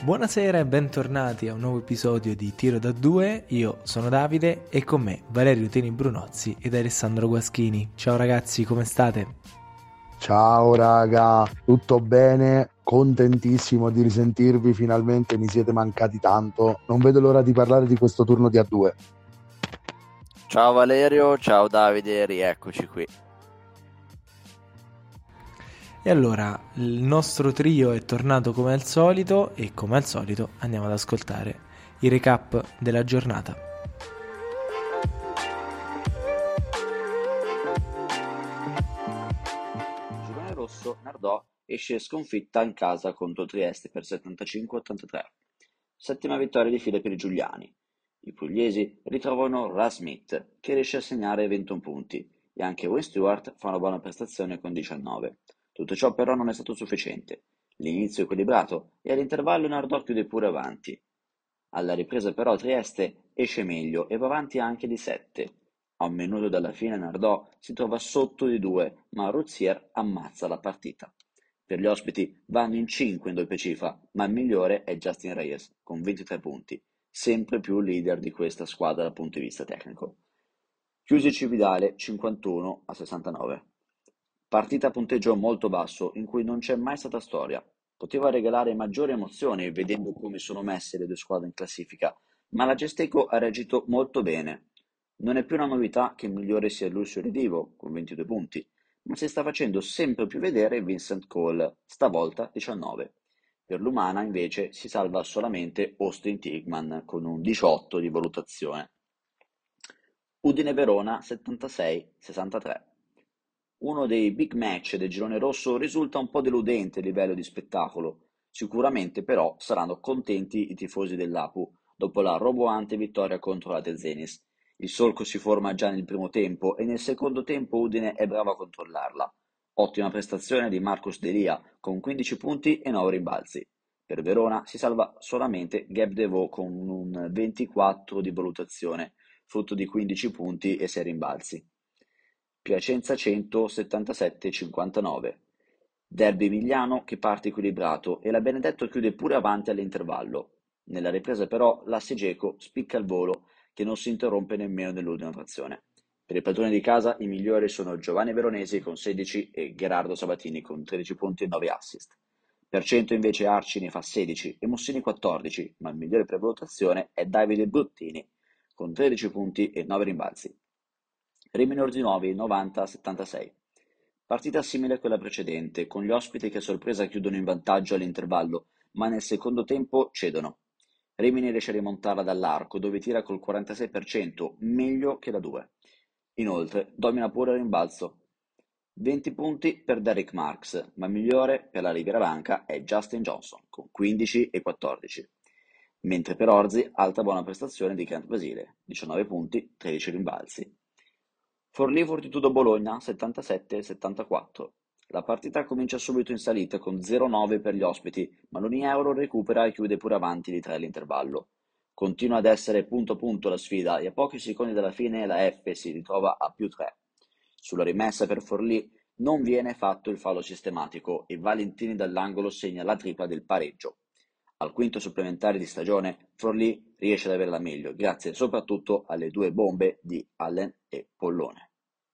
Buonasera e bentornati a un nuovo episodio di Tiro da 2. Io sono Davide e con me Valerio Teni Brunozzi ed Alessandro Guaschini. Ciao ragazzi, come state? Ciao raga, tutto bene? Contentissimo di risentirvi, finalmente mi siete mancati tanto. Non vedo l'ora di parlare di questo turno di A2. Ciao Valerio, ciao Davide, rieccoci qui. E allora, il nostro trio è tornato come al solito e come al solito andiamo ad ascoltare i recap della giornata. Girone rosso, Nardò esce sconfitta in casa contro Trieste per 75-83. Settima vittoria di fila per i giuliani. I pugliesi ritrovano Ras Smith, che riesce a segnare 21 punti, e anche Wayne Stewart fa una buona prestazione con 19. Tutto ciò però non è stato sufficiente. L'inizio è equilibrato e all'intervallo Nardò chiude pure avanti. Alla ripresa però Trieste esce meglio e va avanti anche di 7. A un minuto dalla fine Nardò si trova sotto di 2, ma Ruzier ammazza la partita. Per gli ospiti vanno in 5 in doppia cifra, ma il migliore è Justin Reyes con 23 punti, sempre più leader di questa squadra dal punto di vista tecnico. Chiusi Cividale 51-69. Partita a punteggio molto basso in cui non c'è mai stata storia. Poteva regalare maggiori emozioni vedendo come sono messe le due squadre in classifica, ma la Gesteco ha reagito molto bene. Non è più una novità che il migliore sia Lucio Redivo con 22 punti, ma si sta facendo sempre più vedere Vincent Cole, stavolta 19. Per l'Umana invece si salva solamente Austin Tigman con un 18 di valutazione. Udine-Verona 76-63. Uno dei big match del girone rosso risulta un po' deludente a livello di spettacolo. Sicuramente però saranno contenti i tifosi dell'Apu dopo la roboante vittoria contro la De Zenis. Il solco si forma già nel primo tempo e nel secondo tempo Udine è bravo a controllarla. Ottima prestazione di Marcos Delia con 15 punti e 9 rimbalzi. Per Verona si salva solamente Gab Devaux con un 24 di valutazione, frutto di 15 punti e 6 rimbalzi. Piacenza 100 77-59. Derby emiliano che parte equilibrato e la Benedetto chiude pure avanti all'intervallo. Nella ripresa però l'Assigeco spicca il volo che non si interrompe nemmeno nell'ultima frazione. Per i padroni di casa i migliori sono Giovanni Veronesi con 16 e Gerardo Sabatini con 13 punti e 9 assist. Per 100 invece Arci ne fa 16 e Mossini 14, ma il migliore per valutazione è Davide Bruttini con 13 punti e 9 rimbalzi. Rimini Orzinuovi 90-76. Partita simile a quella precedente, con gli ospiti che a sorpresa chiudono in vantaggio all'intervallo, ma nel secondo tempo cedono. Rimini riesce a rimontarla dall'arco, dove tira col 46%, meglio che da 2. Inoltre, domina pure il rimbalzo. 20 punti per Derrick Marks, ma il migliore per la Riviera Bianca è Justin Johnson, con 15 e 14. Mentre per Orzi, alta buona prestazione di Kent Basile, 19 punti, 13 rimbalzi. Forlì-Fortitudo Bologna 77-74. La partita comincia subito in salita con 0-9 per gli ospiti, ma l'Unieuro recupera e chiude pure avanti di 3 all'intervallo. Continua ad essere punto a punto la sfida e a pochi secondi dalla fine la F si ritrova a più 3. Sulla rimessa per Forlì non viene fatto il fallo sistematico e Valentini dall'angolo segna la tripla del pareggio. Al quinto supplementare di stagione, Forlì riesce ad avere la meglio, grazie soprattutto alle due bombe di Allen e Pollone.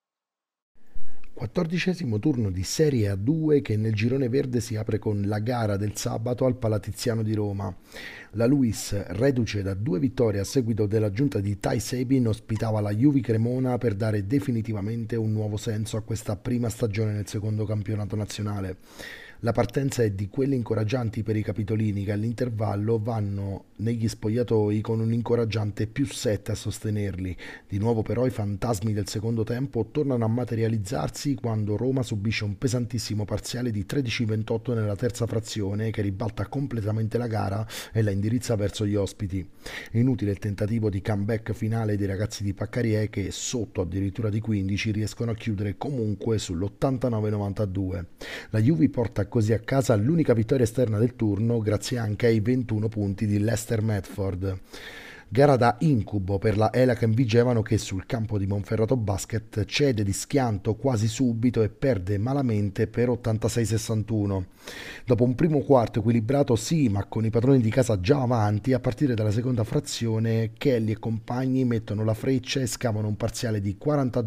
14° turno di Serie A2 che nel girone verde si apre con la gara del sabato al Palatiziano di Roma. La Luis, reduce da 2 vittorie a seguito dell'aggiunta di Tai Sebin, ospitava la Juve Cremona per dare definitivamente un nuovo senso a questa prima stagione nel secondo campionato nazionale. La partenza è di quelle incoraggianti per i capitolini che all'intervallo vanno negli spogliatoi con un incoraggiante +7 a sostenerli. Di nuovo però i fantasmi del secondo tempo tornano a materializzarsi quando Roma subisce un pesantissimo parziale di 13-28 nella terza frazione che ribalta completamente la gara e la indirizza verso gli ospiti. Inutile il tentativo di comeback finale dei ragazzi di Paccarie che, sotto addirittura di 15, riescono a chiudere comunque sull'89-92. La Juve porta così a casa l'unica vittoria esterna del turno grazie anche ai 21 punti di Leicester Medford. Gara da incubo per la Elakem Vigevano, che sul campo di Monferrato Basket cede di schianto quasi subito e perde malamente per 86-61. Dopo un primo quarto equilibrato sì, ma con i padroni di casa già avanti, a partire dalla seconda frazione Kelly e compagni mettono la freccia e scavano un parziale di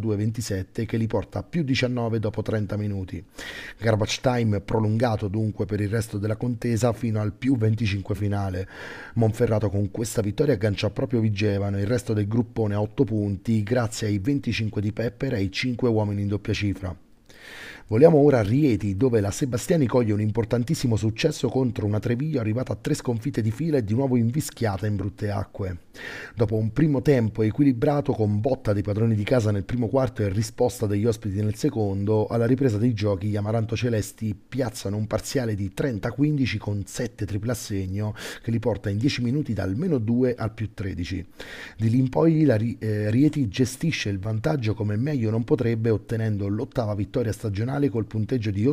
42-27 che li porta a più 19 dopo 30 minuti. Garbage time prolungato dunque per il resto della contesa fino al più 25 finale. Monferrato con questa vittoria aggancia proprio Vigevano e il resto del gruppone a 8 punti grazie ai 25 di Pepper e ai 5 uomini in doppia cifra. Voliamo ora a Rieti, dove la Sebastiani coglie un importantissimo successo contro una Treviglio arrivata a 3 sconfitte di fila e di nuovo invischiata in brutte acque. Dopo un primo tempo equilibrato con botta dei padroni di casa nel primo quarto e risposta degli ospiti nel secondo, alla ripresa dei giochi gli Amaranto Celesti piazzano un parziale di 30-15 con 7 triple a segno che li porta in 10 minuti dal meno 2 al più 13. Di lì in poi la Rieti gestisce il vantaggio come meglio non potrebbe, ottenendo l'8ª vittoria stagionale col punteggio di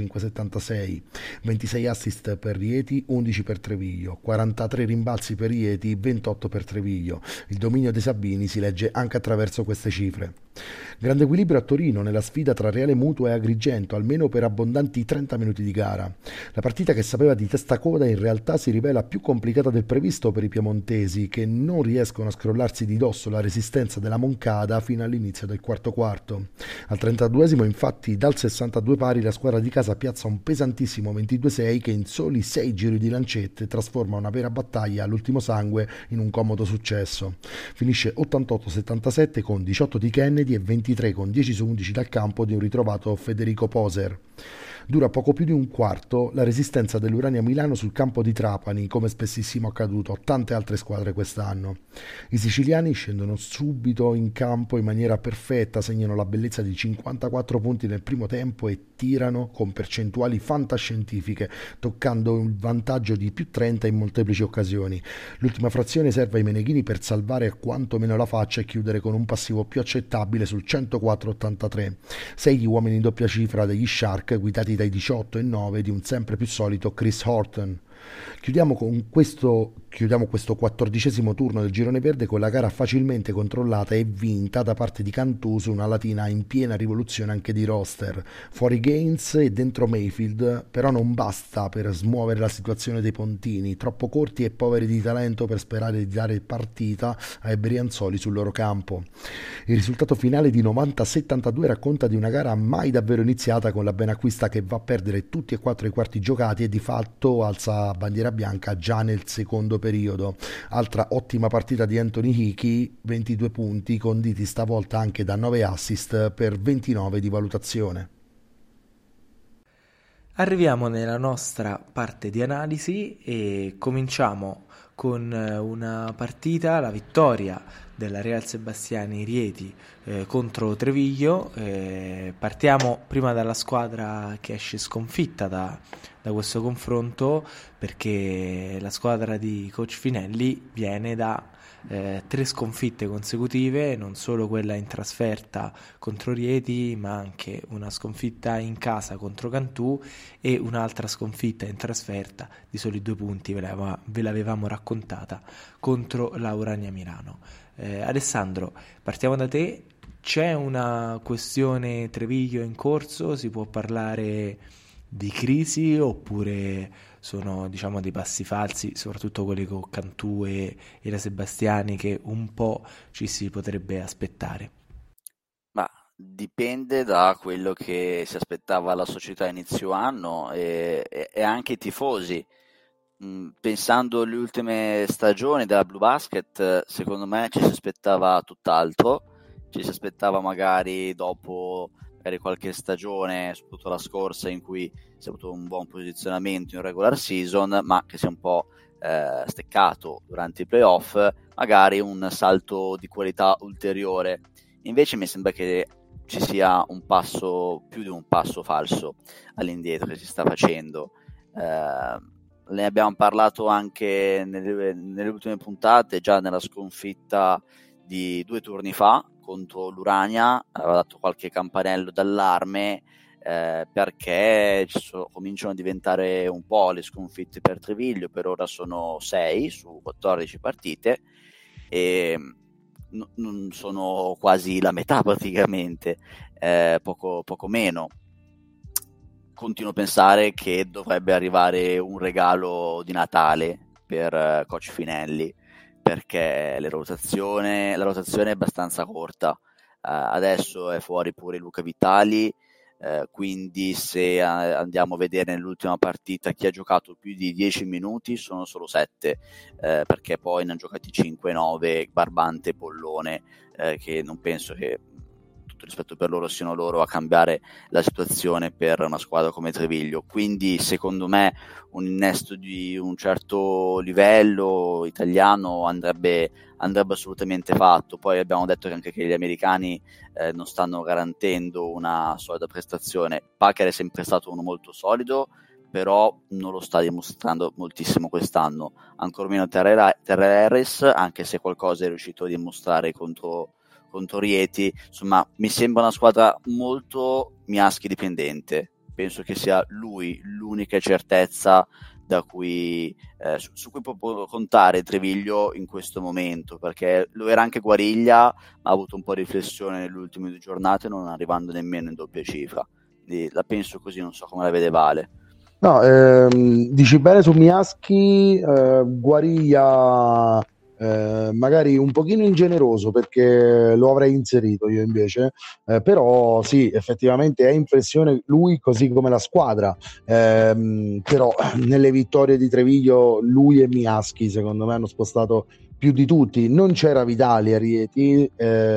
85-76, 26 assist per Rieti, 11 per Treviglio, 43 rimbalzi per Rieti, 28 per Treviglio. Il dominio dei Sabini si legge anche attraverso queste cifre. Grande equilibrio a Torino nella sfida tra Reale Mutua e Agrigento, almeno per abbondanti 30 minuti di gara. La partita, che sapeva di testa coda, in realtà si rivela più complicata del previsto per i piemontesi, che non riescono a scrollarsi di dosso la resistenza della Moncada fino all'inizio del quarto quarto. Al 32esimo, infatti, dal 62 pari la squadra di casa piazza un pesantissimo 22-6 che in soli 6 giri di lancette trasforma una vera battaglia all'ultimo sangue in un comodo successo. Finisce 88-77 con 18 di Kennedy e 23 con 10 su 11 dal campo di un ritrovato Federico Poser. Dura poco più di un quarto la resistenza dell'Urania Milano sul campo di Trapani, come spessissimo accaduto a tante altre squadre quest'anno. I siciliani scendono subito in campo in maniera perfetta, segnano la bellezza di 54 punti nel primo tempo e tirano con percentuali fantascientifiche, toccando il vantaggio di più 30 in molteplici occasioni. L'ultima frazione serve ai meneghini per salvare quantomeno la faccia e chiudere con un passivo più accettabile sul 104-83. 6 gli uomini in doppia cifra degli Shark, guidati dai 18 e 9 di un sempre più solito Chris Horton. Chiudiamo questo 14° turno del girone verde con la gara facilmente controllata e vinta da parte di Cantù su una Latina in piena rivoluzione anche di roster. Fuori Gaines e dentro Mayfield, però non basta per smuovere la situazione dei pontini, troppo corti e poveri di talento per sperare di dare partita ai Brianzoli sul loro campo. Il risultato finale di 90-72 racconta di una gara mai davvero iniziata, con la Benacquista che va a perdere tutti e 4 i quarti giocati e di fatto alza bandiera bianca già nel secondo periodo. Altra ottima partita di Anthony Hickey, 22 punti, conditi stavolta anche da 9 assist per 29 di valutazione. Arriviamo nella nostra parte di analisi e cominciamo con una partita, la vittoria della Real Sebastiani Rieti contro Treviglio. Partiamo prima dalla squadra che esce sconfitta da questo confronto, perché la squadra di Coach Finelli viene da 3 sconfitte consecutive, non solo quella in trasferta contro Rieti, ma anche una sconfitta in casa contro Cantù e un'altra sconfitta in trasferta di soli 2 punti, ve l'avevamo raccontata, contro la Urania Milano. Alessandro, partiamo da te. C'è una questione Treviglio in corso? Si può parlare di crisi oppure sono, diciamo, dei passi falsi, soprattutto quelli con Cantù e la Sebastiani, che un po' ci si potrebbe aspettare? Ma dipende da quello che si aspettava la società a inizio anno e anche i tifosi. Pensando alle ultime stagioni della Blue Basket, secondo me ci si aspettava tutt'altro. Ci si aspettava magari dopo qualche stagione, soprattutto la scorsa, in cui si è avuto un buon posizionamento in regular season, ma che si è un po' steccato durante i playoff, magari un salto di qualità ulteriore. Invece mi sembra che ci sia più di un passo falso all'indietro che si sta facendo. Ne abbiamo parlato anche nelle ultime puntate, già nella sconfitta di 2 turni fa contro l'Urania, aveva dato qualche campanello d'allarme perché cominciano a diventare un po' le sconfitte per Treviglio. Per ora sono 6 su 14 partite e non sono quasi la metà praticamente, poco meno. Continuo a pensare che dovrebbe arrivare un regalo di Natale per coach Finelli, perché la rotazione è abbastanza corta. Adesso è fuori pure Luca Vitali, quindi se andiamo a vedere nell'ultima partita chi ha giocato più di 10 minuti sono solo 7, perché poi ne hanno giocati 5-9 Barbante e Pollone, che non penso che, tutto rispetto per loro, siano loro a cambiare la situazione per una squadra come Treviglio. Quindi secondo me un innesto di un certo livello italiano andrebbe assolutamente fatto. Poi abbiamo detto anche che gli americani non stanno garantendo una solida prestazione. Parker è sempre stato uno molto solido, però non lo sta dimostrando moltissimo quest'anno, ancora meno Terry Harris, anche se qualcosa è riuscito a dimostrare contro Rieti. Insomma, mi sembra una squadra molto Miaschi dipendente. Penso che sia lui l'unica certezza da cui su cui può contare Treviglio in questo momento, perché lo era anche Guariglia, ma ha avuto un po' di riflessione nelle ultime 2 giornate, non arrivando nemmeno in doppia cifra. Quindi la penso così, non so come la vede Vale. No, dici bene su Miaschi, Guariglia magari un pochino ingeneroso perché lo avrei inserito io invece, però sì, effettivamente è impressione lui così come la squadra, però nelle vittorie di Treviglio lui e Miaschi secondo me hanno spostato più di tutti. Non c'era Vitali a Rieti,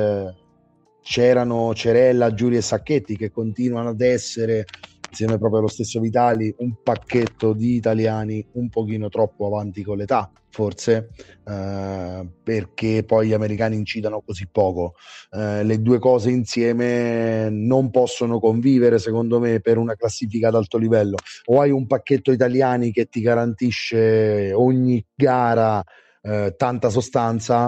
c'erano Cerella, Giuri e Sacchetti che continuano ad essere, insieme proprio allo stesso Vitali, un pacchetto di italiani un pochino troppo avanti con l'età, forse, perché poi gli americani incidono così poco. Le due cose insieme non possono convivere, secondo me, per una classifica ad alto livello. O hai un pacchetto italiani che ti garantisce ogni gara tanta sostanza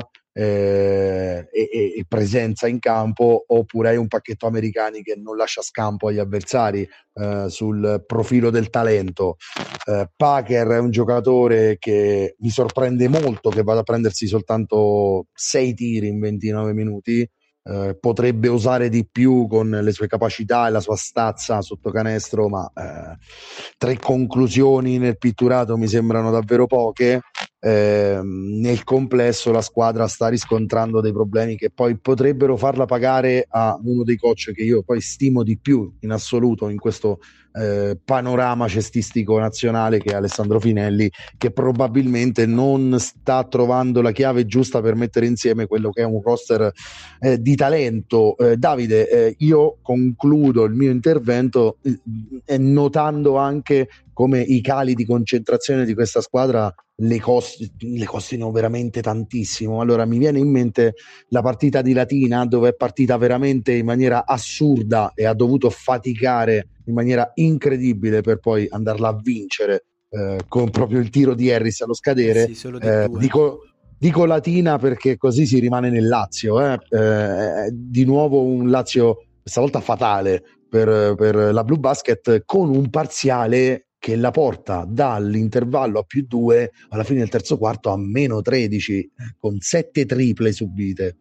e presenza in campo, oppure hai un pacchetto americani che non lascia scampo agli avversari sul profilo del talento. Parker è un giocatore che mi sorprende molto che vada a prendersi soltanto 6 tiri in 29 minuti. Potrebbe usare di più con le sue capacità e la sua stazza sotto canestro, ma 3 conclusioni nel pitturato mi sembrano davvero poche. Nel complesso la squadra sta riscontrando dei problemi che poi potrebbero farla pagare a uno dei coach che io poi stimo di più in assoluto in questo panorama cestistico nazionale, che è Alessandro Finelli, che probabilmente non sta trovando la chiave giusta per mettere insieme quello che è un roster di talento. Davide, io concludo il mio intervento notando anche come i cali di concentrazione di questa squadra le costino veramente tantissimo. Allora mi viene in mente la partita di Latina, dove è partita veramente in maniera assurda e ha dovuto faticare in maniera incredibile per poi andarla a vincere con proprio il tiro di Harris allo scadere. Sì, solo di 2. Dico Latina perché così si rimane nel Lazio, di nuovo un Lazio questa volta fatale per la Blue Basket, con un parziale che la porta dall'intervallo a +2 alla fine del terzo quarto a -13, con 7 triple subite.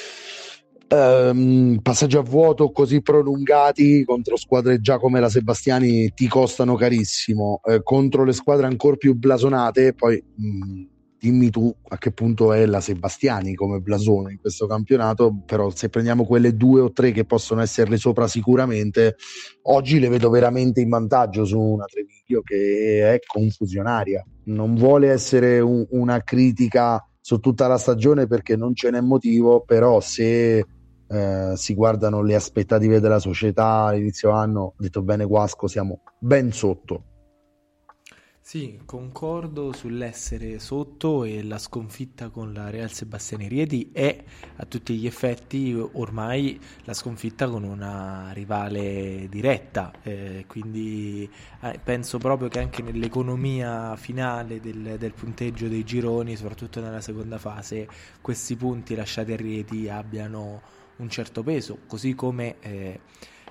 Passaggi a vuoto così prolungati contro squadre già come la Sebastiani ti costano carissimo, contro le squadre ancora più blasonate. Poi dimmi tu a che punto è la Sebastiani come blasone in questo campionato, però se prendiamo quelle 2 o 3 che possono esserle sopra sicuramente, oggi le vedo veramente in vantaggio su una Treviglio che è confusionaria. Non vuole essere una critica su tutta la stagione perché non ce n'è motivo, però se si guardano le aspettative della società all'inizio anno, ho detto bene Guasco, siamo ben sotto. Sì, concordo sull'essere sotto, e la sconfitta con la Real Sebastiani Rieti è a tutti gli effetti ormai la sconfitta con una rivale diretta, quindi penso proprio che anche nell'economia finale del punteggio dei gironi, soprattutto nella seconda fase, questi punti lasciati a Rieti abbiano un certo peso, così come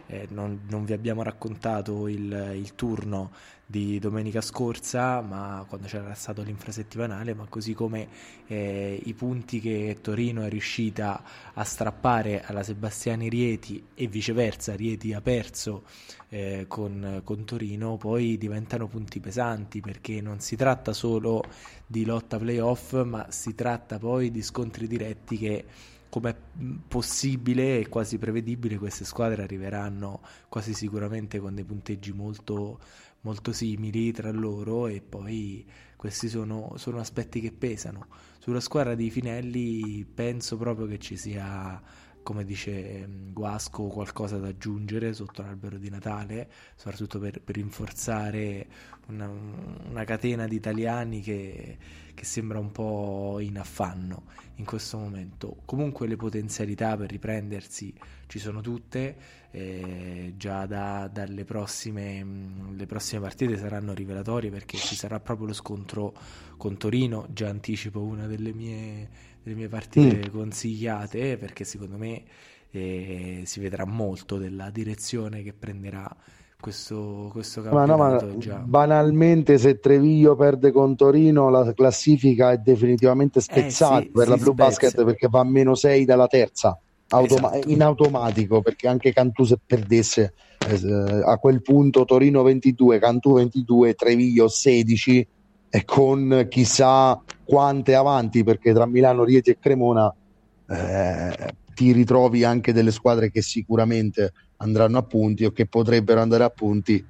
non vi abbiamo raccontato il turno di domenica scorsa, ma quando c'era stato l'infrasettimanale, ma così come i punti che Torino è riuscita a strappare alla Sebastiani Rieti e viceversa, Rieti ha perso con Torino, poi diventano punti pesanti, perché non si tratta solo di lotta playoff, ma si tratta poi di scontri diretti che, come possibile e quasi prevedibile, queste squadre arriveranno quasi sicuramente con dei punteggi molto, molto simili tra loro, e poi questi sono aspetti che pesano. Sulla squadra di Finelli penso proprio che ci sia, come dice Guasco, qualcosa da aggiungere sotto l'albero di Natale, soprattutto per rinforzare una catena di italiani che sembra un po' in affanno in questo momento. Comunque le potenzialità per riprendersi ci sono tutte, già dalle le prossime partite saranno rivelatorie, perché ci sarà proprio lo scontro con Torino. Già anticipo una delle mie partite consigliate, perché secondo me si vedrà molto della direzione che prenderà questo campionato. Già. Banalmente, se Treviglio perde con Torino, la classifica è definitivamente spezzata Sì, per la Blue spezza. Basket, perché va a -6 dalla terza, Esatto. in automatico, perché anche Cantù, se perdesse, a quel punto Torino 22, Cantù 22, Treviglio 16, e con chissà quante avanti, perché tra Milano, Rieti e Cremona ti ritrovi anche delle squadre che sicuramente andranno a punti o che potrebbero andare a punti.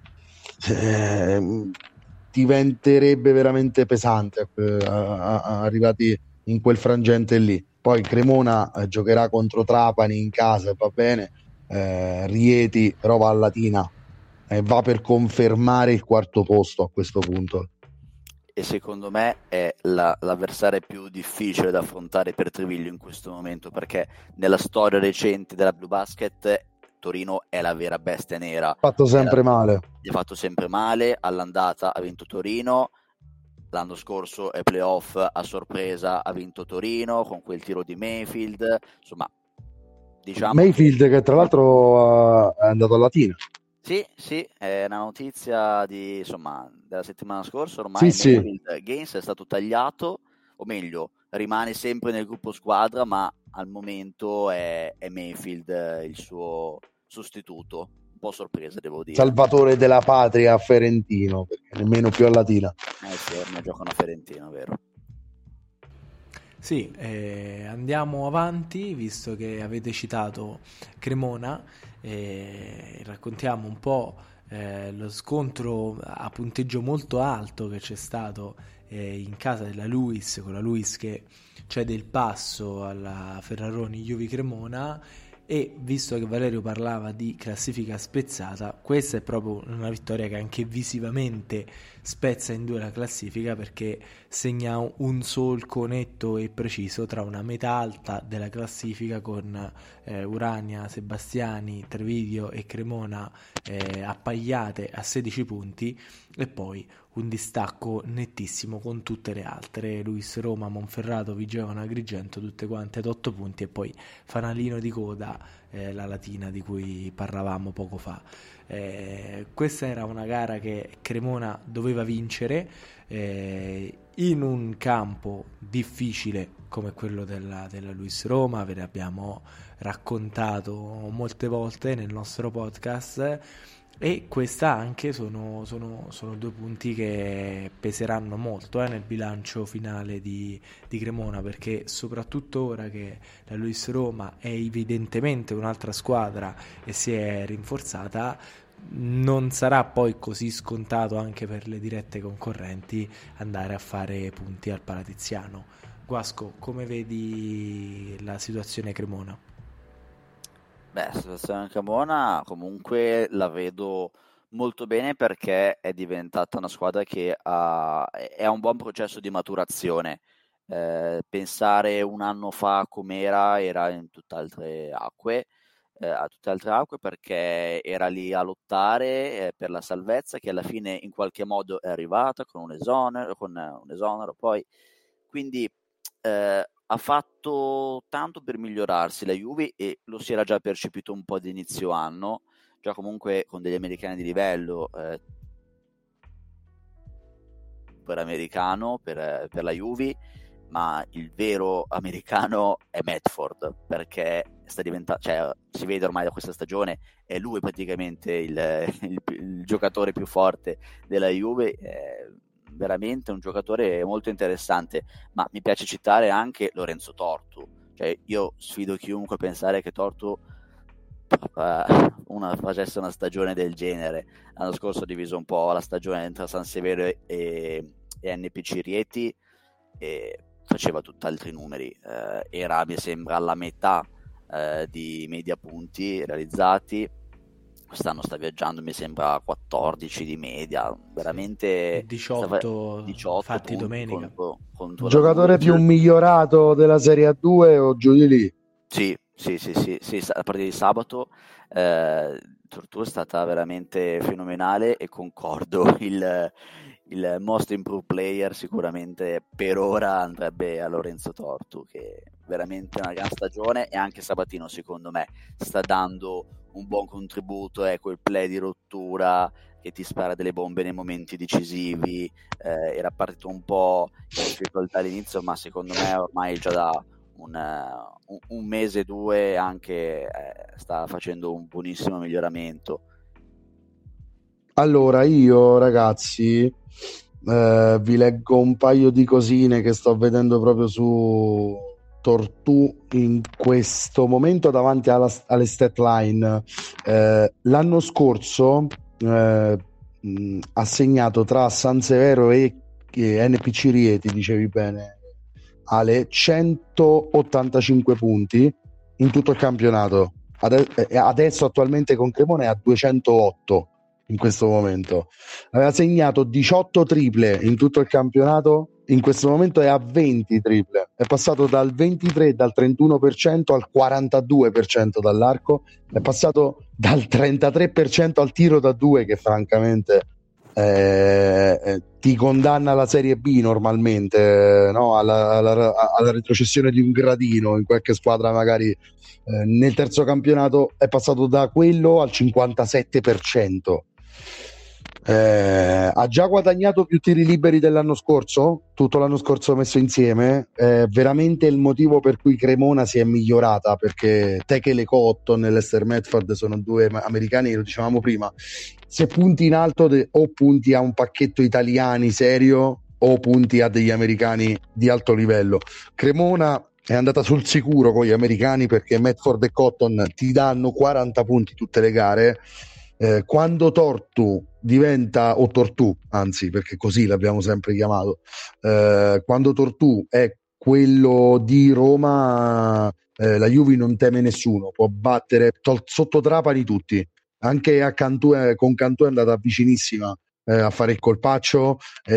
Diventerebbe veramente pesante arrivati in quel frangente lì. Poi Cremona giocherà contro Trapani in casa, va bene, Rieti però va a Latina e va per confermare il quarto posto a questo punto. E secondo me è l'avversario più difficile da affrontare per Treviglio in questo momento, perché nella storia recente della Blue Basket Torino è la vera bestia nera. Fatto sempre male. Gli ha fatto sempre male, all'andata ha vinto Torino, l'anno scorso ai playoff a sorpresa ha vinto Torino con quel tiro di Mayfield, insomma diciamo Mayfield che tra l'altro è andato a Latina. Sì, è una notizia della settimana scorsa, ormai sì. Mayfield Gaines è stato tagliato, o meglio, rimane sempre nel gruppo squadra, ma al momento è Mayfield il suo sostituto. Un po' sorpresa, devo dire. Salvatore della patria ferentino, perché nemmeno più a Latina. Sì, ormai giocano a Ferentino, vero? Sì, andiamo avanti, visto che avete citato Cremona, raccontiamo un po' lo scontro a punteggio molto alto che c'è stato in casa della Luis, con la Luis che cede il passo alla Ferraroni Juvi Cremona. E visto che Valerio parlava di classifica spezzata, questa è proprio una vittoria che anche visivamente spezza in due la classifica, perché segna un solco netto e preciso tra una metà alta della classifica con Urania, Sebastiani, Treviglio e Cremona appagliate a 16 punti, e poi un distacco nettissimo con tutte le altre: Luis, Roma, Monferrato, Vigevano, Agrigento, tutte quante ad 8 punti, e poi fanalino di coda la Latina di cui parlavamo poco fa. Questa era una gara che Cremona doveva vincere in un campo difficile come quello della Luis Roma. Ve ne abbiamo raccontato molte volte nel nostro podcast, e questa anche sono due punti che peseranno molto nel bilancio finale di Cremona, perché soprattutto ora che la Luis Roma è evidentemente un'altra squadra e si è rinforzata, non sarà poi così scontato anche per le dirette concorrenti andare a fare punti al Palatiziano. Guasco, come vedi la situazione Cremona? La situazione Cremona comunque la vedo molto bene, perché è diventata una squadra che è a un buon processo di maturazione. Pensare un anno fa com'era, era in tutt'altre acque, perché era lì a lottare per la salvezza, che alla fine in qualche modo è arrivata con un esonero poi, quindi ha fatto tanto per migliorarsi la Juve, e lo si era già percepito un po' di inizio anno. già comunque con degli americani di livello, per americano, per la Juve, ma il vero americano è Medford, perché sta diventando, cioè, si vede ormai da questa stagione, è lui praticamente il giocatore più forte della Juve, è veramente un giocatore molto interessante. Ma mi piace citare anche Lorenzo Tortu, cioè io sfido chiunque a pensare che Tortu facesse una stagione del genere. L'anno scorso ho diviso un po' la stagione tra San Severo e NPC Rieti e faceva tutt'altri numeri, era mi sembra alla metà di media punti realizzati. Quest'anno sta viaggiando mi sembra a 14 di media, veramente 18 18 fatti punti domenica. contro la Giocatore Juve. più migliorato della Serie A2 o giù di lì? Sì, la partita di sabato Tortù è stata veramente fenomenale e concordo, il most improved player sicuramente per ora andrebbe a Lorenzo Tortu, che è veramente una gran stagione, e anche Sabatino secondo me sta dando un buon contributo, è quel play di rottura che ti spara delle bombe nei momenti decisivi, era partito un po' in difficoltà all'inizio, ma secondo me ormai già da un mese, 2 anche sta facendo un buonissimo miglioramento. Allora, io ragazzi vi leggo un paio di cosine che sto vedendo proprio su Tortù in questo momento davanti alle stat line. L'anno scorso ha segnato tra San Severo e NPC Rieti, dicevi bene Ale, 185 punti in tutto il campionato. Adesso attualmente con Cremona è a 208 in questo momento. Aveva segnato 18 triple in tutto il campionato, in questo momento è a 20 triple. È passato dal 23, dal 31% al 42% dall'arco, è passato dal 33% al tiro da 2, che francamente ti condanna alla Serie B normalmente, no? alla retrocessione di un gradino in qualche squadra magari. Nel terzo campionato è passato da quello al 57%. Ha già guadagnato più tiri liberi dell'anno scorso, tutto l'anno scorso messo insieme. Veramente il motivo per cui Cremona si è migliorata, perché Tekele Cotton e Lester Medford sono due americani, lo dicevamo prima. Se punti in alto o punti a un pacchetto italiani serio o punti a degli americani di alto livello. Cremona è andata sul sicuro con gli americani, perché Medford e Cotton ti danno 40 punti tutte le gare. Quando Tortu diventa, o Tortù anzi, perché così l'abbiamo sempre chiamato, quando Tortù è quello di Roma, la Juve non teme nessuno, può battere sotto Trapani tutti, anche a Cantù, con Cantù è andata vicinissima a fare il colpaccio,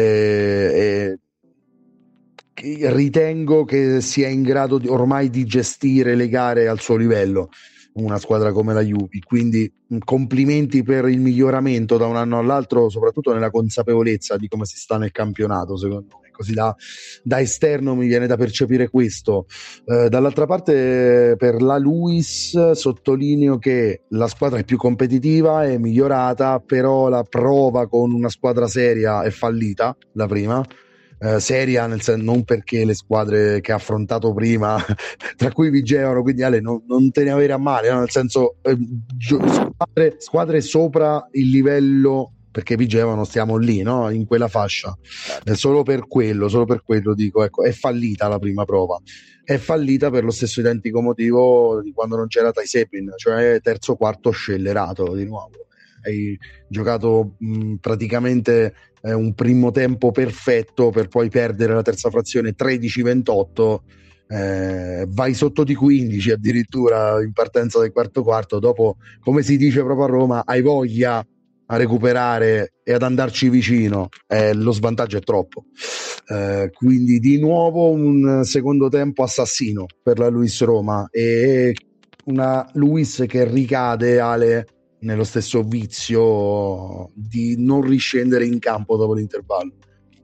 ritengo che sia in grado ormai di gestire le gare al suo livello una squadra come la Juve, quindi complimenti per il miglioramento da un anno all'altro, soprattutto nella consapevolezza di come si sta nel campionato, secondo me. Così da esterno mi viene da percepire questo. Dall'altra parte, per la Luis sottolineo che la squadra è più competitiva, è migliorata, però la prova con una squadra seria è fallita, la prima. Seria nel senso, non perché le squadre che ha affrontato prima tra cui vigevano, quindi Ale non te ne avere a male, no? Nel senso squadre sopra il livello, perché vigevano, stiamo lì, no? In quella fascia, solo per quello dico, ecco, è fallita la prima prova, è fallita per lo stesso identico motivo di quando non c'era Tai Sepin, cioè terzo quarto scellerato di nuovo. Hai giocato praticamente un primo tempo perfetto per poi perdere la terza frazione 13-28, vai sotto di 15 addirittura in partenza del quarto quarto. Dopo, come si dice proprio a Roma, hai voglia a recuperare e ad andarci vicino, lo svantaggio è troppo, quindi di nuovo un secondo tempo assassino per la Luis Roma, e una Luis che ricade, Ale, nello stesso vizio di non riscendere in campo dopo l'intervallo.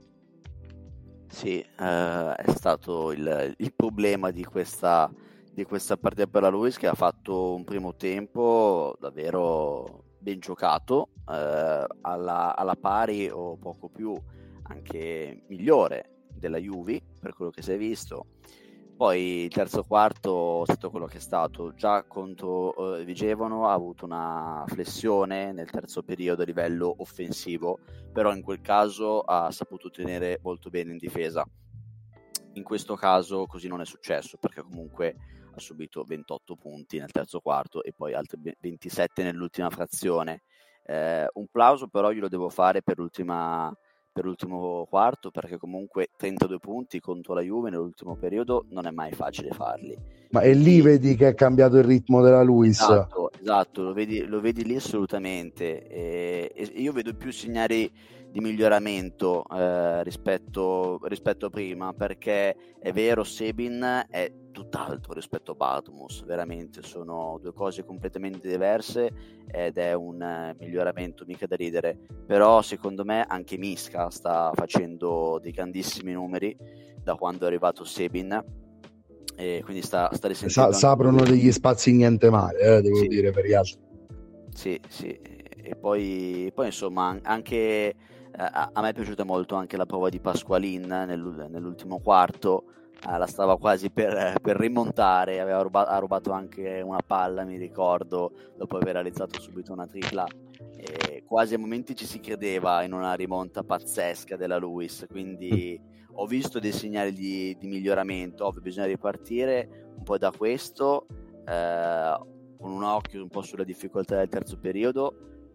Sì, è stato il problema di questa partita per la Luis, che ha fatto un primo tempo davvero ben giocato, alla pari o poco più, anche migliore della Juve per quello che si è visto. Poi il terzo quarto è stato quello che è stato. Già contro Vigevano ha avuto una flessione nel terzo periodo a livello offensivo, però in quel caso ha saputo tenere molto bene in difesa. In questo caso così non è successo, perché comunque ha subito 28 punti nel terzo quarto e poi altri 27 nell'ultima frazione. Un plauso però glielo devo fare per l'ultimo quarto, perché comunque 32 punti contro la Juve nell'ultimo periodo non è mai facile farli. Ma e lì vedi che è cambiato il ritmo della Luis. Esatto, lo vedi lì assolutamente, e io vedo più segnali di miglioramento rispetto a prima, perché è vero, Sabin è tutt'altro rispetto a Badmus, veramente sono due cose completamente diverse ed è un miglioramento mica da ridere. Però secondo me anche Miska sta facendo dei grandissimi numeri da quando è arrivato Sabin, e quindi sta risentendo s'aprono degli spazi niente male, devo Sì. dire, per gli altri. Sì, e poi insomma anche a me è piaciuta molto anche la prova di Pasqualin nell'ultimo quarto. La stava quasi per rimontare, ha rubato anche una palla, mi ricordo, dopo aver realizzato subito una tripla, e quasi a momenti ci si credeva in una rimonta pazzesca della Luis, quindi ho visto dei segnali di miglioramento. Ovvio, bisogna ripartire un po' da questo, con un occhio un po' sulla difficoltà del terzo periodo,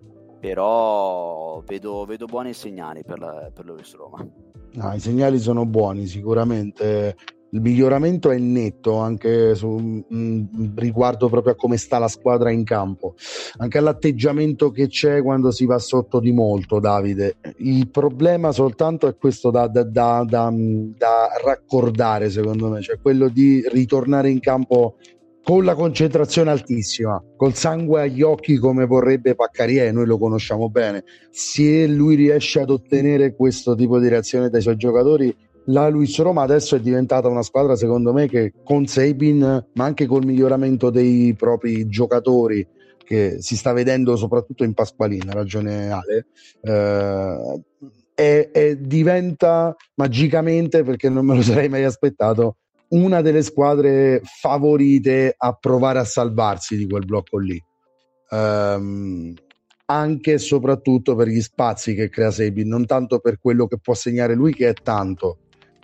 però vedo buoni segnali per l'Ovis Roma. I segnali sono buoni, sicuramente. Il miglioramento è netto anche riguardo proprio a come sta la squadra in campo, anche all'atteggiamento che c'è quando si va sotto di molto, Davide. Il problema soltanto è questo da raccordare, secondo me, cioè quello di ritornare in campo con la concentrazione altissima, col sangue agli occhi, come vorrebbe Paccarie, noi lo conosciamo bene. Se lui riesce ad ottenere questo tipo di reazione dai suoi giocatori, la Luis Roma adesso è diventata una squadra, secondo me, che con Sabin, ma anche col miglioramento dei propri giocatori, che si sta vedendo soprattutto in Pasqualin, ha ragione Ale, diventa magicamente, perché non me lo sarei mai aspettato, una delle squadre favorite a provare a salvarsi di quel blocco lì, anche e soprattutto per gli spazi che crea Sabin, non tanto per quello che può segnare lui, che è tanto,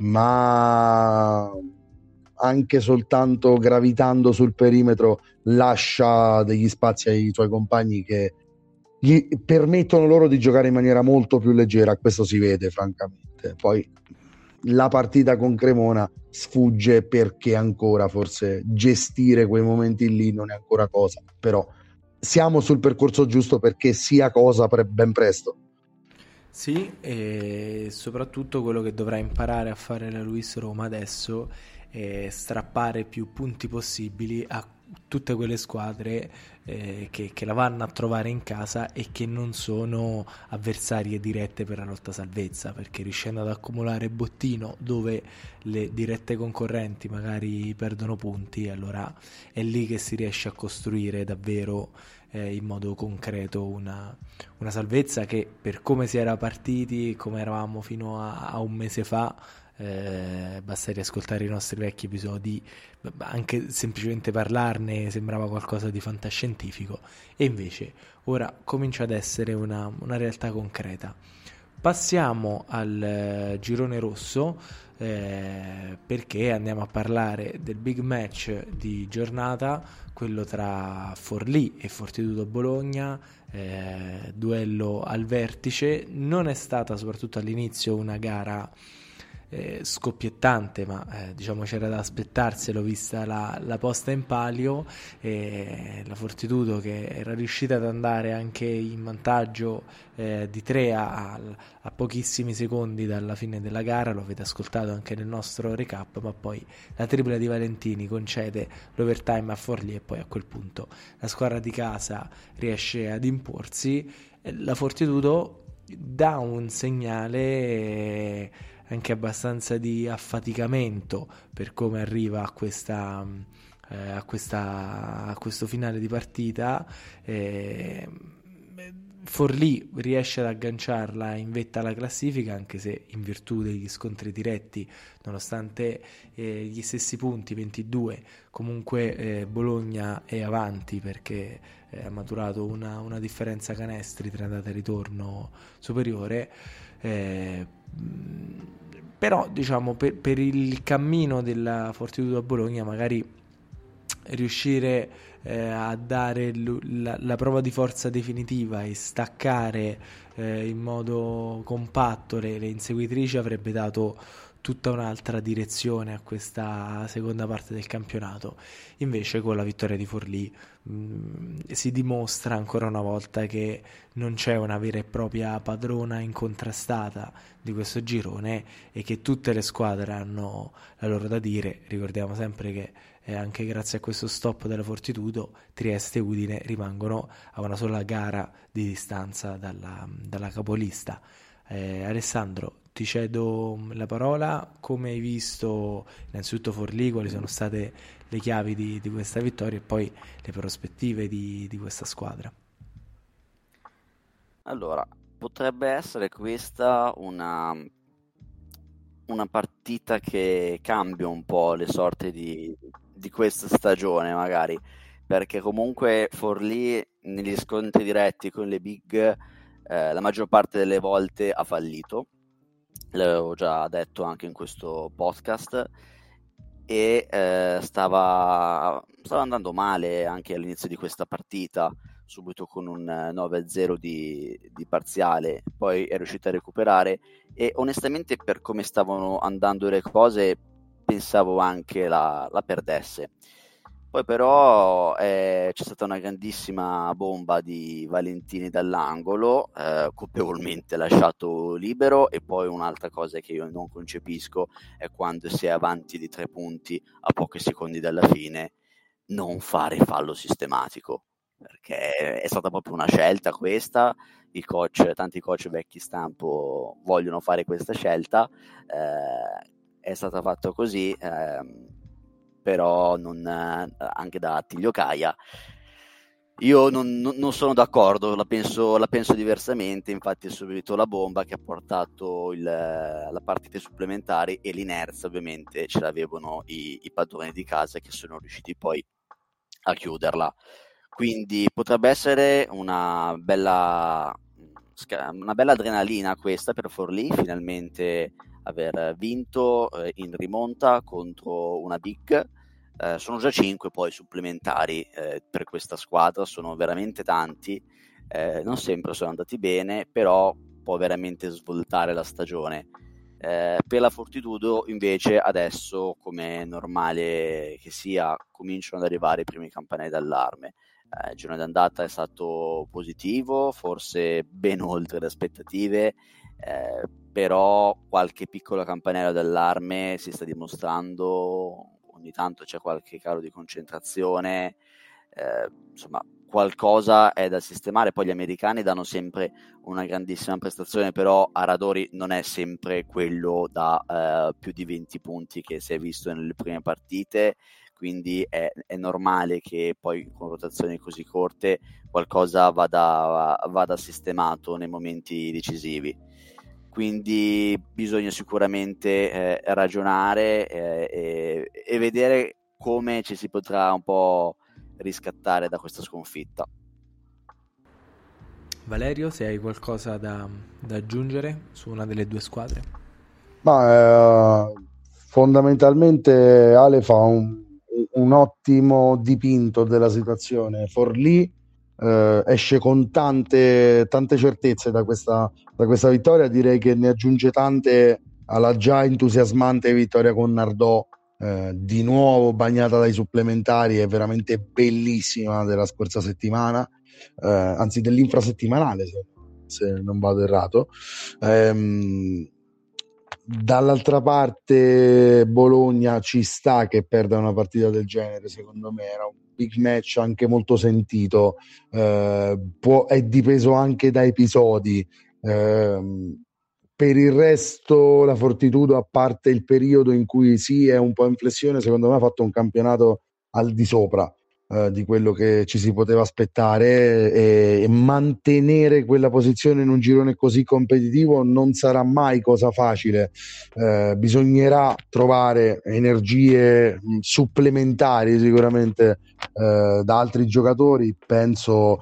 ma anche soltanto gravitando sul perimetro lascia degli spazi ai suoi compagni che gli permettono loro di giocare in maniera molto più leggera. Questo si vede francamente. Poi la partita con Cremona sfugge perché ancora forse gestire quei momenti lì non è ancora cosa, però siamo sul percorso giusto perché sia cosa ben presto. Sì, e soprattutto quello che dovrà imparare a fare la Luis Roma adesso è strappare più punti possibili a tutte quelle squadre che la vanno a trovare in casa e che non sono avversarie dirette per la lotta salvezza, perché riuscendo ad accumulare bottino dove le dirette concorrenti magari perdono punti, allora è lì che si riesce a costruire davvero in modo concreto una salvezza che, per come si era partiti, come eravamo fino a un mese fa, basta riascoltare i nostri vecchi episodi, anche semplicemente parlarne sembrava qualcosa di fantascientifico, e invece ora comincia ad essere una realtà concreta. Passiamo al girone rosso, perché andiamo a parlare del big match di giornata, quello tra Forlì e Fortitudo Bologna, duello al vertice. Non è stata, soprattutto all'inizio, una gara scoppiettante, ma diciamo c'era da aspettarselo vista la posta in palio, la Fortitudo, che era riuscita ad andare anche in vantaggio di 3 a pochissimi secondi dalla fine della gara, lo avete ascoltato anche nel nostro recap, ma poi la tripla di Valentini concede l'overtime a Forlì e poi a quel punto la squadra di casa riesce ad imporsi. La Fortitudo dà un segnale anche abbastanza di affaticamento per come arriva a questo finale di partita. Forlì riesce ad agganciarla in vetta alla classifica, anche se in virtù degli scontri diretti, nonostante gli stessi punti, 22, comunque Bologna è avanti perché ha maturato una differenza canestri tra andata e ritorno superiore. Però diciamo per il cammino della Fortitudo a Bologna magari riuscire a dare la prova di forza definitiva e staccare in modo compatto le inseguitrici avrebbe dato tutta un'altra direzione a questa seconda parte del campionato. Invece con la vittoria di Forlì si dimostra ancora una volta che non c'è una vera e propria padrona incontrastata di questo girone e che tutte le squadre hanno la loro da dire. Ricordiamo sempre che anche grazie a questo stop della Fortitudo Trieste e Udine rimangono a una sola gara di distanza dalla capolista. Alessandro, ti cedo la parola. Come hai visto innanzitutto Forlì, quali sono state le chiavi di questa vittoria e poi le prospettive di questa squadra? Allora, potrebbe essere questa una partita che cambia un po' le sorti di questa stagione, magari, perché comunque Forlì negli scontri diretti con le big la maggior parte delle volte ha fallito, l'avevo già detto anche in questo podcast, e stava andando male anche all'inizio di questa partita, subito con un 9-0 di parziale, poi è riuscita a recuperare e onestamente per come stavano andando le cose pensavo anche la perdesse. Poi però c'è stata una grandissima bomba di Valentini dall'angolo, colpevolmente lasciato libero, e poi un'altra cosa che io non concepisco è quando si è avanti di 3 punti a pochi secondi dalla fine non fare fallo sistematico, perché è stata proprio una scelta questa. Tanti coach vecchi stampo vogliono fare questa scelta, è stata fatta così, però anche da Attilio Caia. Io non sono d'accordo, la penso diversamente. Infatti è subito la bomba che ha portato la partita supplementari, e l'inerzia ovviamente ce l'avevano i padroni di casa, che sono riusciti poi a chiuderla. Quindi potrebbe essere una bella adrenalina questa per Forlì, finalmente aver vinto in rimonta contro una big. Sono già 5 poi supplementari per questa squadra, sono veramente tanti, non sempre sono andati bene, però può veramente svoltare la stagione. Per la Fortitudo invece adesso, come è normale che sia, cominciano ad arrivare i primi campanelli d'allarme. Il girone d'andata è stato positivo, forse ben oltre le aspettative, però qualche piccolo campanello d'allarme si sta dimostrando. Ogni tanto c'è qualche calo di concentrazione, insomma qualcosa è da sistemare. Poi gli americani danno sempre una grandissima prestazione, però Aradori non è sempre quello da più di 20 punti che si è visto nelle prime partite, quindi è normale che poi con rotazioni così corte qualcosa vada sistemato nei momenti decisivi. Quindi bisogna sicuramente ragionare e vedere come ci si potrà un po' riscattare da questa sconfitta. Valerio, se hai qualcosa da aggiungere su una delle due squadre? Fondamentalmente Ale fa un ottimo dipinto della situazione. Forlì esce con tante certezze da questa vittoria. Direi che ne aggiunge tante alla già entusiasmante vittoria con Nardò, di nuovo bagnata dai supplementari, è veramente bellissima, della scorsa settimana, anzi dell'infrasettimanale se non vado errato. Dall'altra parte Bologna ci sta che perda una partita del genere, secondo me era un big match anche molto sentito, è dipeso anche da episodi. Per il resto la Fortitudo, a parte il periodo in cui sì è un po' in flessione, secondo me ha fatto un campionato al di sopra. di quello che ci si poteva aspettare, e mantenere quella posizione in un girone così competitivo non sarà mai cosa facile. Bisognerà trovare energie supplementari sicuramente da altri giocatori. Penso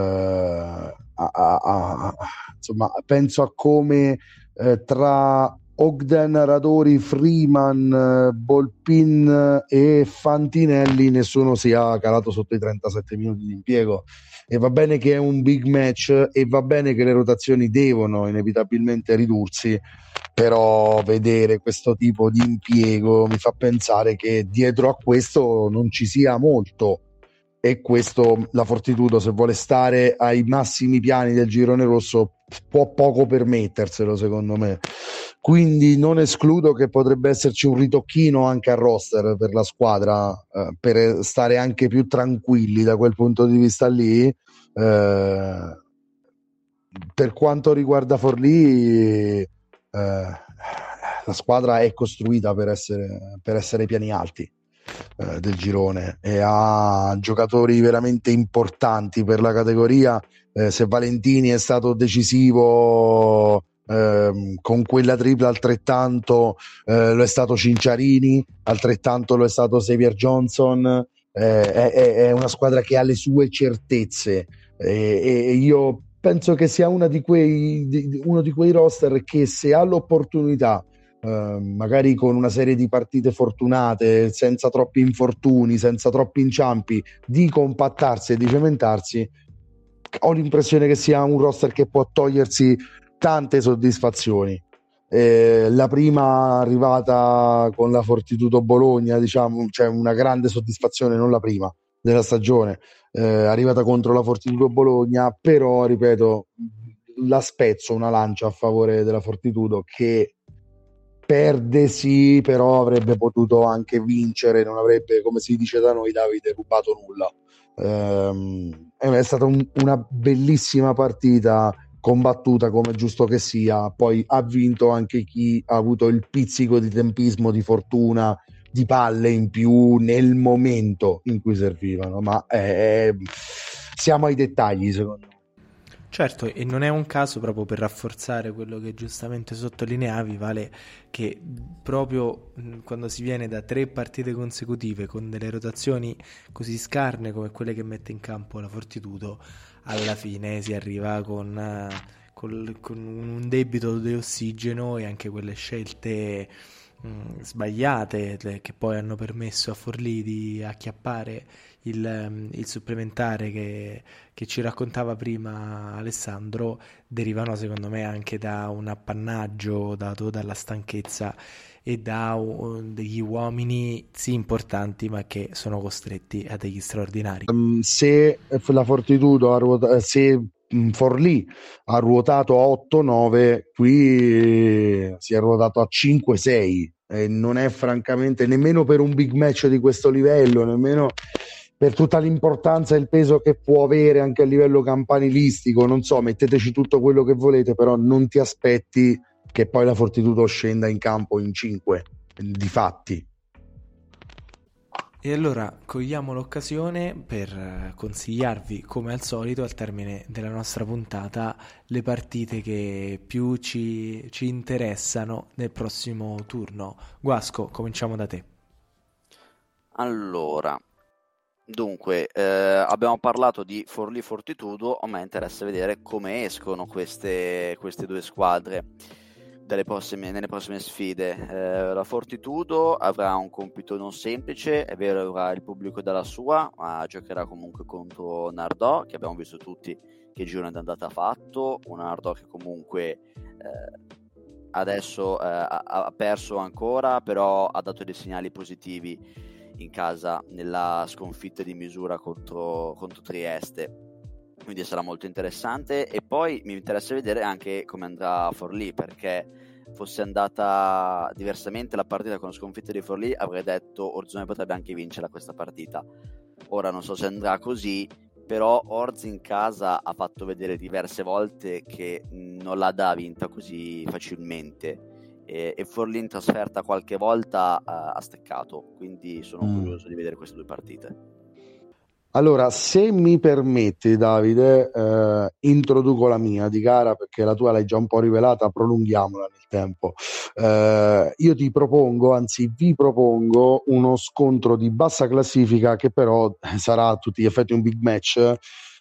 insomma, penso a come tra Ogden, Radori, Freeman, Volpin e Fantinelli nessuno sia calato sotto i 37 minuti di impiego. E va bene che è un big match e va bene che le rotazioni devono inevitabilmente ridursi, però vedere questo tipo di impiego mi fa pensare che dietro a questo non ci sia molto, e questo la Fortitudo, se vuole stare ai massimi piani del girone rosso, può poco permetterselo, secondo me. Quindi non escludo che potrebbe esserci un ritocchino anche al roster per la squadra, per stare anche più tranquilli da quel punto di vista lì. Per quanto riguarda Forlì, la squadra è costruita per essere ai piani alti del girone, e ha giocatori veramente importanti per la categoria. Se Valentini è stato decisivo con quella tripla, altrettanto lo è stato Cinciarini, altrettanto lo è stato Xavier Johnson. È una squadra che ha le sue certezze, e io penso che sia uno di quei roster che, se ha l'opportunità, magari con una serie di partite fortunate, senza troppi infortuni, senza troppi inciampi, di compattarsi e di cementarsi, ho l'impressione che sia un roster che può togliersi tante soddisfazioni. La prima arrivata con la Fortitudo Bologna, diciamo, cioè una grande soddisfazione, non la prima della stagione, arrivata contro la Fortitudo Bologna, però ripeto, la spezzo una lancia a favore della Fortitudo, che perde sì, però avrebbe potuto anche vincere, non avrebbe, come si dice da noi, Davide, rubato nulla. È stata una bellissima partita, combattuta come giusto che sia. Poi ha vinto anche chi ha avuto il pizzico di tempismo, di fortuna, di palle in più nel momento in cui servivano, ma siamo ai dettagli, secondo me. Certo, e non è un caso, proprio per rafforzare quello che giustamente sottolineavi, Vale, che proprio quando si viene da 3 partite consecutive con delle rotazioni così scarne come quelle che mette in campo la Fortitudo, alla fine si arriva con un debito di ossigeno, e anche quelle scelte sbagliate che poi hanno permesso a Forlì di acchiappare il supplementare che ci raccontava prima Alessandro, derivano secondo me anche da un appannaggio dato dalla stanchezza e da degli uomini sì importanti, ma che sono costretti a degli straordinari. Se la Fortitudo se Forlì ha ruotato a 8-9, qui si è ruotato a 5-6, e non è francamente nemmeno per un big match di questo livello, nemmeno per tutta l'importanza e il peso che può avere anche a livello campanilistico. Non so, metteteci tutto quello che volete, però non ti aspetti che poi la Fortitudo scenda in campo in 5, di fatti. E allora cogliamo l'occasione per consigliarvi, come al solito, al termine della nostra puntata, le partite che più ci interessano nel prossimo turno. Guasco, cominciamo da te. Allora, dunque, abbiamo parlato di Forlì Fortitudo, a me interessa vedere come escono queste due squadre nelle prossime sfide. La Fortitudo avrà un compito non semplice, è vero, avrà il pubblico dalla sua, ma giocherà comunque contro Nardò, che abbiamo visto tutti che girone d'andata ha fatto, un Nardò che comunque adesso ha perso ancora, però ha dato dei segnali positivi in casa nella sconfitta di misura contro Trieste, quindi sarà molto interessante. E poi mi interessa vedere anche come andrà Forlì, perché fosse andata diversamente la partita con sconfitta di Forlì, avrei detto Orzone potrebbe anche vincerla questa partita. Ora non so se andrà così, però Orz in casa ha fatto vedere diverse volte che non la dà vinta così facilmente, e Forlì in trasferta qualche volta ha steccato, quindi sono curioso di vedere queste due partite. Allora, se mi permetti, Davide, introduco la mia di gara perché la tua l'hai già un po' rivelata, prolunghiamola nel tempo. Io ti propongo, anzi vi propongo uno scontro di bassa classifica che però sarà a tutti gli effetti un big match.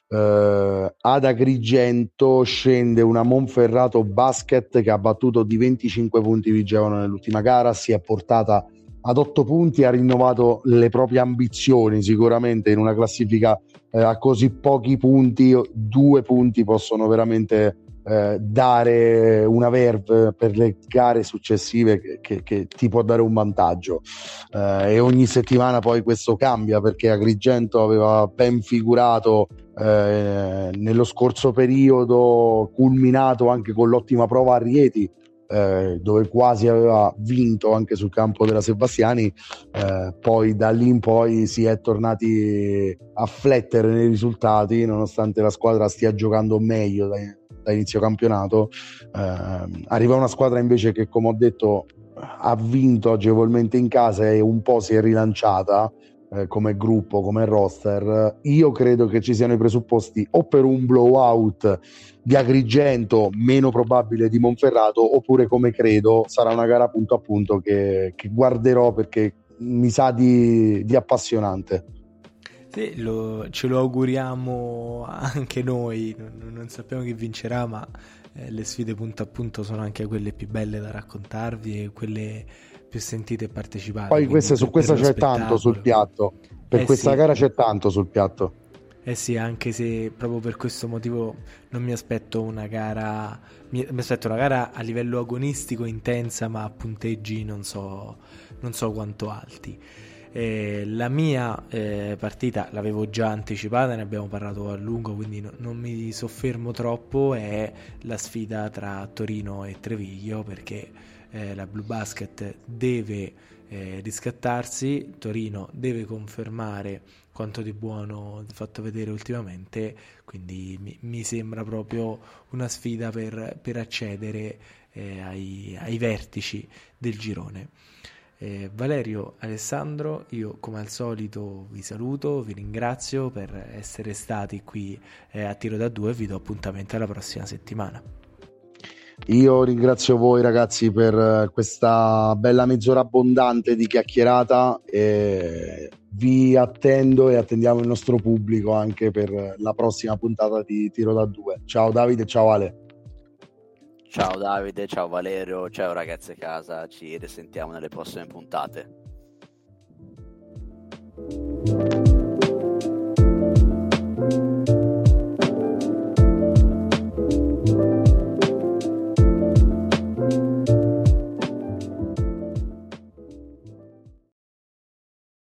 Ad Agrigento scende una Monferrato Basket che ha battuto di 25 punti Vigevano nell'ultima gara, si è portata ad 8 punti, ha rinnovato le proprie ambizioni sicuramente in una classifica a così pochi punti. 2 punti possono veramente dare una verve per le gare successive che ti può dare un vantaggio, e ogni settimana poi questo cambia perché Agrigento aveva ben figurato nello scorso periodo, culminato anche con l'ottima prova a Rieti, dove quasi aveva vinto anche sul campo della Sebastiani. Poi da lì in poi si è tornati a flettere nei risultati nonostante la squadra stia giocando meglio da inizio campionato. Arriva una squadra invece che, come ho detto, ha vinto agevolmente in casa e un po' si è rilanciata come gruppo, come roster. Io credo che ci siano i presupposti o per un blowout di Agrigento, meno probabile di Monferrato, oppure, come credo, sarà una gara punto a punto che guarderò perché mi sa di appassionante. Sì, ce lo auguriamo anche noi, non sappiamo chi vincerà, ma le sfide punto a punto sono anche quelle più belle da raccontarvi e quelle più sentite e partecipate. Poi su questa c'è tanto sul piatto, per questa gara c'è tanto sul piatto. Eh sì, anche se proprio per questo motivo non mi aspetto una gara, mi aspetto una gara a livello agonistico intensa, ma a punteggi non so quanto alti. La mia partita l'avevo già anticipata, ne abbiamo parlato a lungo, quindi non mi soffermo troppo, è la sfida tra Torino e Treviglio, perché la Blue Basket deve riscattarsi, Torino deve confermare quanto di buono ha fatto vedere ultimamente, quindi mi sembra proprio una sfida per accedere ai vertici del girone. Valerio, Alessandro, io come al solito vi saluto, vi ringrazio per essere stati qui a Tiro da Due e vi do appuntamento alla prossima settimana. Io ringrazio voi ragazzi per questa bella mezz'ora abbondante di chiacchierata e vi attendo e attendiamo il nostro pubblico anche per la prossima puntata di Tiro da Due. Ciao Davide, ciao Ale. Ciao Davide, ciao Valerio, ciao ragazzi a casa, ci risentiamo nelle prossime puntate.